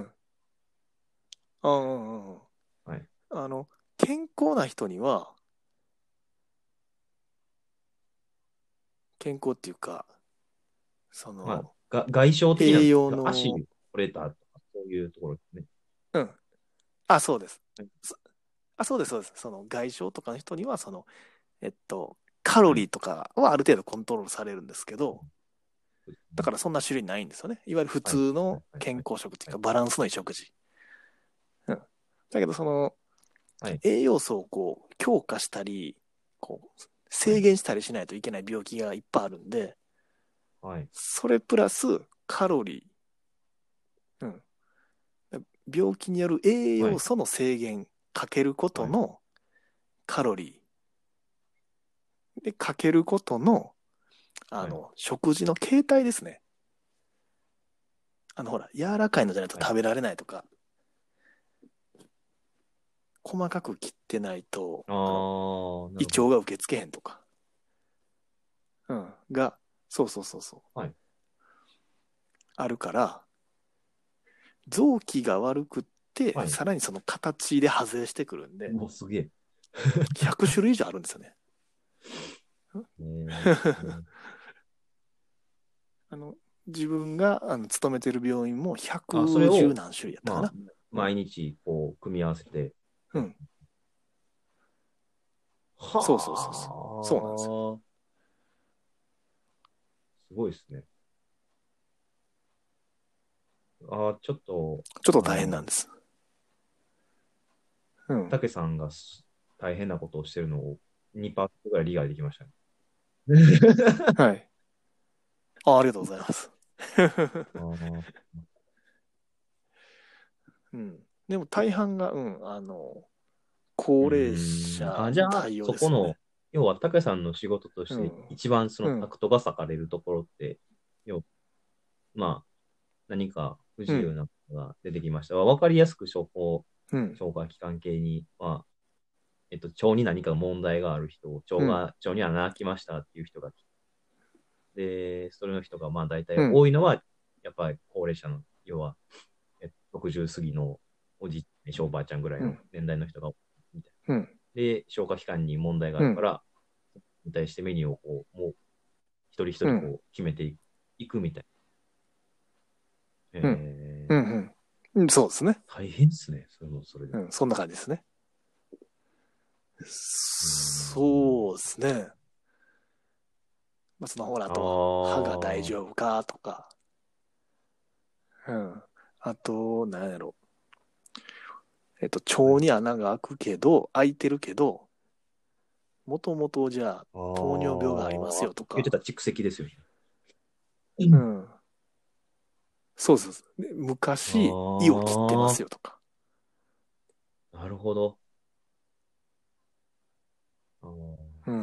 B: うんうんうん。
A: はい。
B: 健康な人には、健康っていうか、そ
A: まあ、
B: の、
A: 外傷的な
B: 栄
A: んです
B: 養の、
A: が、足折れたとか、そういうところですね。
B: うん。あ、そうです。
A: はい。
B: そうです、そうです。外傷とかの人には、カロ
A: はい。
B: リーとかはある程度コントロールされるんですけど、
A: そうですね。
B: だからそんな種類ないんですよね。いわゆる普
A: はい。
B: 通の
A: はい。はい。はい。
B: 健康食っていう
A: はい。
B: か、バランスのいい食事。うん。だけど、
A: はい。
B: 栄養素を強化したり、
A: はい。
B: 制限したりしないといけない病気がいっぱいあるんで、
A: はい。
B: それプラスカロリー、うん。病気による栄
A: はい。
B: 養素の制限かけること
A: はい。
B: のカロリーでかけることの
A: はい。
B: 食事の形態ですね。ほら、柔らかいのじゃないと
A: はい。
B: 食べられないとか、細かく切ってないと、
A: ああ、な
B: 胃
A: るほど。
B: 腸が受け付けへんとか、うん、そうそうそうそう、
A: はい。
B: あるから、臓器が悪くって、
A: はい。
B: さらにその形で派生してくるんで、
A: もうすげえ。
B: 100種類以上あるんですよね。あの、自分が勤めてる病院も
A: それ
B: 110
A: を、
B: 何種類やったか
A: まあ、
B: な。うん。
A: 毎日、こう、組み合わせてやる。
B: うん。そうそうそうそう。そうなんですよ。
A: はあ、すごいですね。ちょっと、
B: ちょっと大変なんです。うん。
A: たけさんが大変なことをしてるのを2%ぐらい理解できましたね。
B: はい。ありがとうございます。
A: あー
B: うん。でも大半が、高齢
A: あ、
B: 者
A: じゃあ、
B: の対応
A: そこの、
B: ですよね。
A: 要は、たけさんの仕事として
B: うん。
A: 一番その
B: うん。
A: タクトが割かれるところって、まあ、何か不
B: うん。
A: 自由なことが出てきました。わかりやすく
B: うん。
A: 消化器官系に、腸に何か問題がある人、
B: うん。
A: 腸に穴開きましたっていう人が来て、それの人が、まあ、大体
B: うん。
A: 多いのは、やっぱり高齢者の、要は、60過ぎのおじいちゃん、おばあちゃんぐらい
B: うん。
A: の年代の人が多いみたい
B: うん。
A: な。で、消化器官に問題があ
B: うん。
A: るから、に対してメニューをもう一人一人
B: うん。
A: 決めていくみたいな。
B: うん。うん。うん。そうですね。
A: 大変ですね。それで。
B: うん。そんな感じですね。
A: うー
B: そう
A: ん。
B: ですね。まあ、ほら、あ
A: あ
B: とは、歯が大
A: あ、
B: 丈夫かとか、うん。あと、なんやろ。
A: はい。
B: 腸に穴が開いてるけど、もともとじゃあ、
A: あ
B: 糖尿病があります
A: あ、
B: よとか、
A: 言ってた蓄積ですよね。うん。
B: うん。そうそうそう。で昔、胃を切ってま
A: あ
B: すよとか。
A: あ、なるほど。あー
B: うん。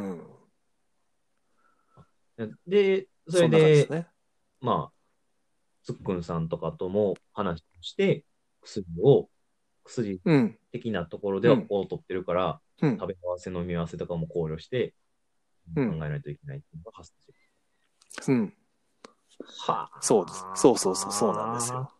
A: で、そ
B: そんな感じです
A: れで、
B: ね。
A: まあ、つっくんさんとかとも話をして、薬
B: うん。
A: 的なところで
B: うん。
A: はこう取ってるから、
B: うん。
A: 食べ合わせ飲み合わせとかも考慮して考え
B: うん。
A: ないといけないっていうのが発生する。
B: うん。
A: は
B: そうです。そうそうそう、そうなんです
A: あ、
B: よ。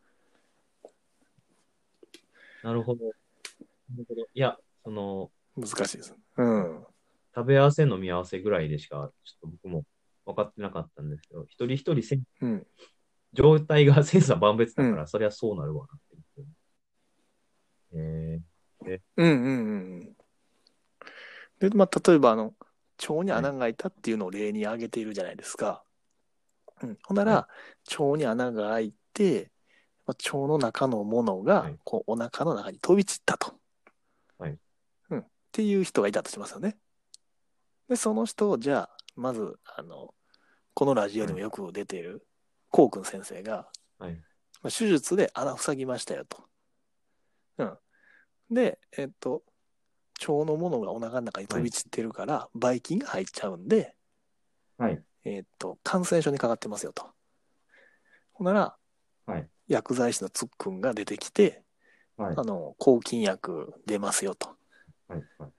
A: なるほど。なるほど。いや、その、
B: 難しいです。うん。
A: 食べ合わせ飲み合わせぐらいでしか、ちょっと僕も分かってなかったんですけど、一人一人
B: うん。
A: 状態が千差万別
B: うん。
A: だから、そりゃそうなるわなっていう。えー、え、
B: うんうんうんうん。で、まあ、例えば、腸に
A: はい、
B: 穴が開いたっていうのを例に挙げているじゃないですか。うん。ほんな
A: はい、
B: ら、腸に穴が開いて、まあ、腸の中のものが、
A: はい、
B: お腹の中に飛び散ったと。
A: はい、
B: うん。っていう人がいたとしますよね。で、その人を、じゃあ、まず、このラジオ
A: はい、
B: でもよく出ている、こうくん先生が、
A: はい、
B: まあ、手術で穴塞ぎましたよと。うん。で、腸のものがお腹の中に
A: はい、
B: 飛び散ってるから、ばい菌が入っちゃうんで、
A: はい、
B: 感染症にかかってますよと。ほんなら、
A: はい、
B: 薬剤師のつっくんが出てきて、
A: はい、
B: 抗菌薬出ますよと。
A: はい、はい。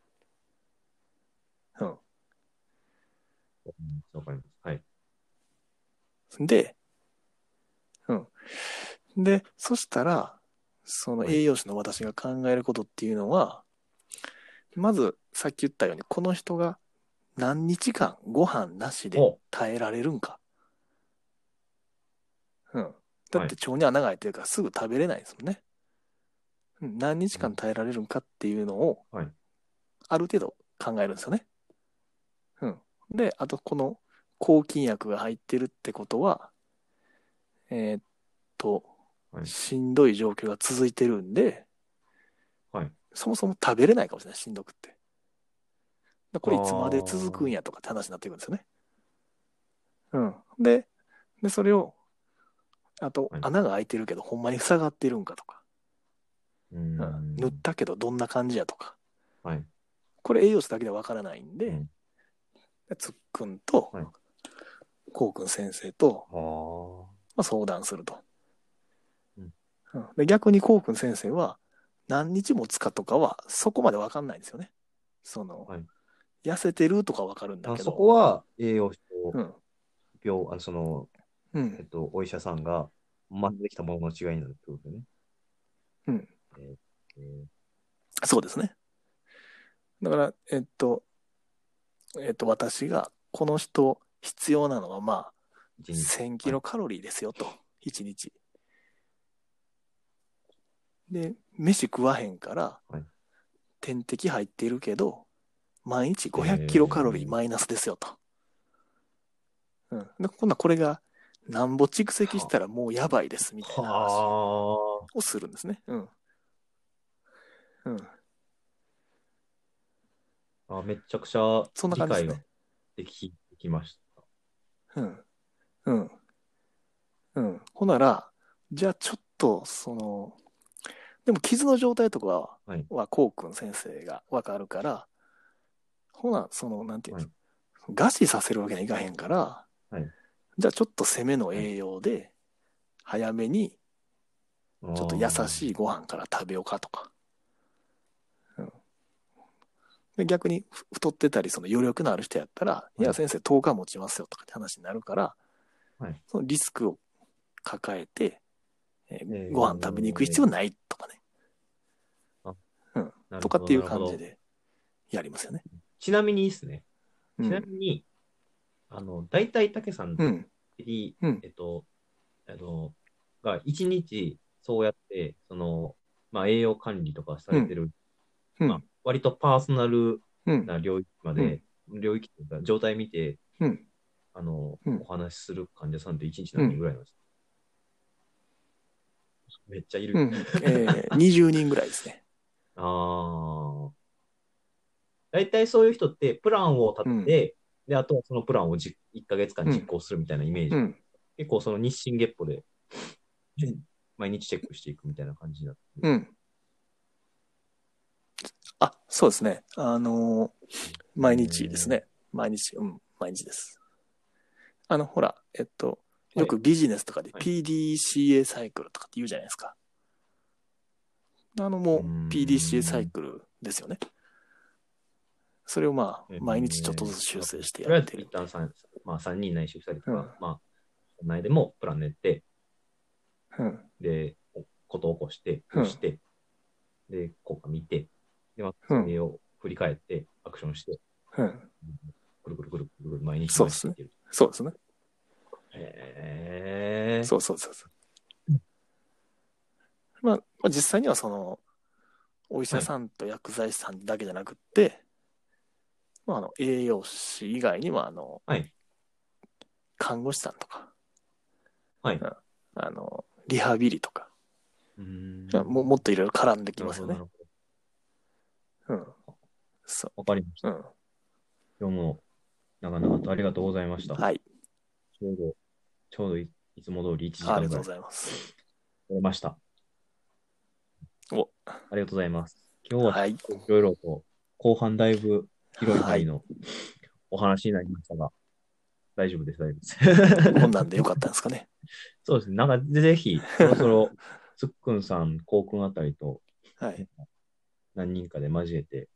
B: うん。
A: わかります。はい。
B: で、で、そしたら、その栄養士の私が考えることっていうのは、まずさっき言ったように、この人が何日間ご飯なしで耐えられるんか。だって腸に穴が開いてるからすぐ食べれないですもんね。何日間耐えられるんかっていうのを、ある程度考えるんですよね。で、あとこの抗菌薬が入ってるってことは、しんどい状況が続いてるんで、そもそも食べれないかもしれない、しんどくって。これいつまで続くんやとかって話になっていくんですよね。で、それを、あと、穴が開いてるけど、ほんまに塞がってるんかとか、塗ったけどどんな感じやとか、これ栄養士だけでわからないんで、つっくんと、こうくん先生と、相談すると。で逆にこうくん先生は、何日もつかとかは、そこまでわかんないんですよね。痩せてるとかわかるんだけど。
A: そこは栄養士とお医者さんが混ぜてきたものの違いになるってことね。
B: そうですね。だから、私が、この人必要なのは、まあ、1000キロカロリーですよと、1日。で、飯食わへんから、点滴入ってるけど、毎日500キロカロリーマイナスですよと。で今度はこれが、なんぼ蓄積したらもうやばいですみたいな話をするんですね。
A: めちゃくちゃ理解ができました。
B: ほんなら、じゃあちょっと、でも傷の状態とかは、こうくん先生がわかるから、ほな、なんていうんですか、餓死させるわけにはいかへんから、じゃあちょっと攻めの栄養で、早めに、ちょっと優しいご飯から食べようかとか。で逆に太ってたり、余力のある人やったら、いや先生10日持ちますよとかって話になるから、そのリスクを抱えて、ご飯食べに行く必要ないとかね。とかっていう感じでやりますよね。
A: ちなみにですね。ちなみに、大体竹さんが一日そうやって、栄養管理とかされてる、割とパーソナルな領域まで、領域というか状態見て、お話しする患者さんって一日何人ぐらいなんですか？めっちゃいる。
B: 20人ぐらいですね。
A: 大体そういう人ってプランを立てて、で、あとはそのプランを1ヶ月間実行するみたいなイメージ。結構その日進月歩で、毎日チェックしていくみたいな感じになって。
B: そうですね。毎日ですね。毎日です。ほら、よくビジネスとかで PDCA サイクルとかって言うじゃないですか。もう PDCA サイクルですよね。それを毎日ちょっとずつ修正してやってる。
A: 一旦3人内修したりとか、内でもプラン練って、で、ことを起こして、で、効果見て、で、それを振り返って、アクションして、ぐるぐるぐるぐる毎日
B: そうですね。そうですね。そう。実際にはお医者さんと薬剤師さんだけじゃなくって、栄養士以外にも看護師さんとか、リハビリとか、もっといろいろ絡んできますよね。
A: わかりました。今日も長々とありがとうございました。
B: はい。
A: ちょうどいつも通り1時間ぐらい。
B: ありがとうございます。
A: 終えました。ありがとうございます。今日はいろいろと後半だいぶ広い範囲のお話になりましたが、大丈夫です。
B: こんなんでよかったんですかね。
A: そうですね。ぜひ、そろそろ、つっくんさん、こうくんあたりと、何人かで交えて、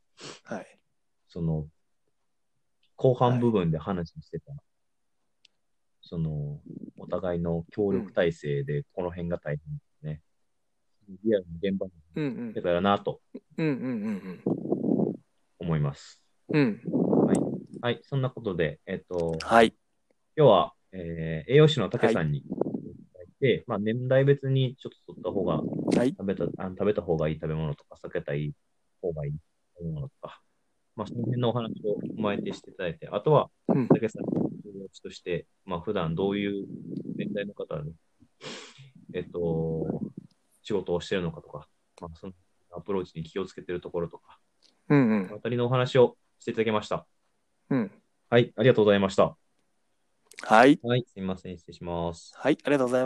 A: 後半部分で話してた、おお互いの協力体制で、この辺が大変ですね。リアルに現場に出たらなと思います。はい。はい、そんなことで、
B: はい。
A: 今日は、栄養士の竹さんにいただいて、まあ、年代別にちょっと取った方が、食べた方がいい食べ物とか、避けたい方がいい食べ物とか、まあ、その辺のお話を踏まえてしていただいて、あとは、竹さんの栄養士として、まあ、普段どういう年代の方に、仕事をしているのかとか、まあ、そのアプローチに気をつけているところとか、そのあたりのお話をしていただきました。はい、ありがとうございました。
B: はい。
A: はい、すみません、失礼します。
B: はい、ありがとうございます。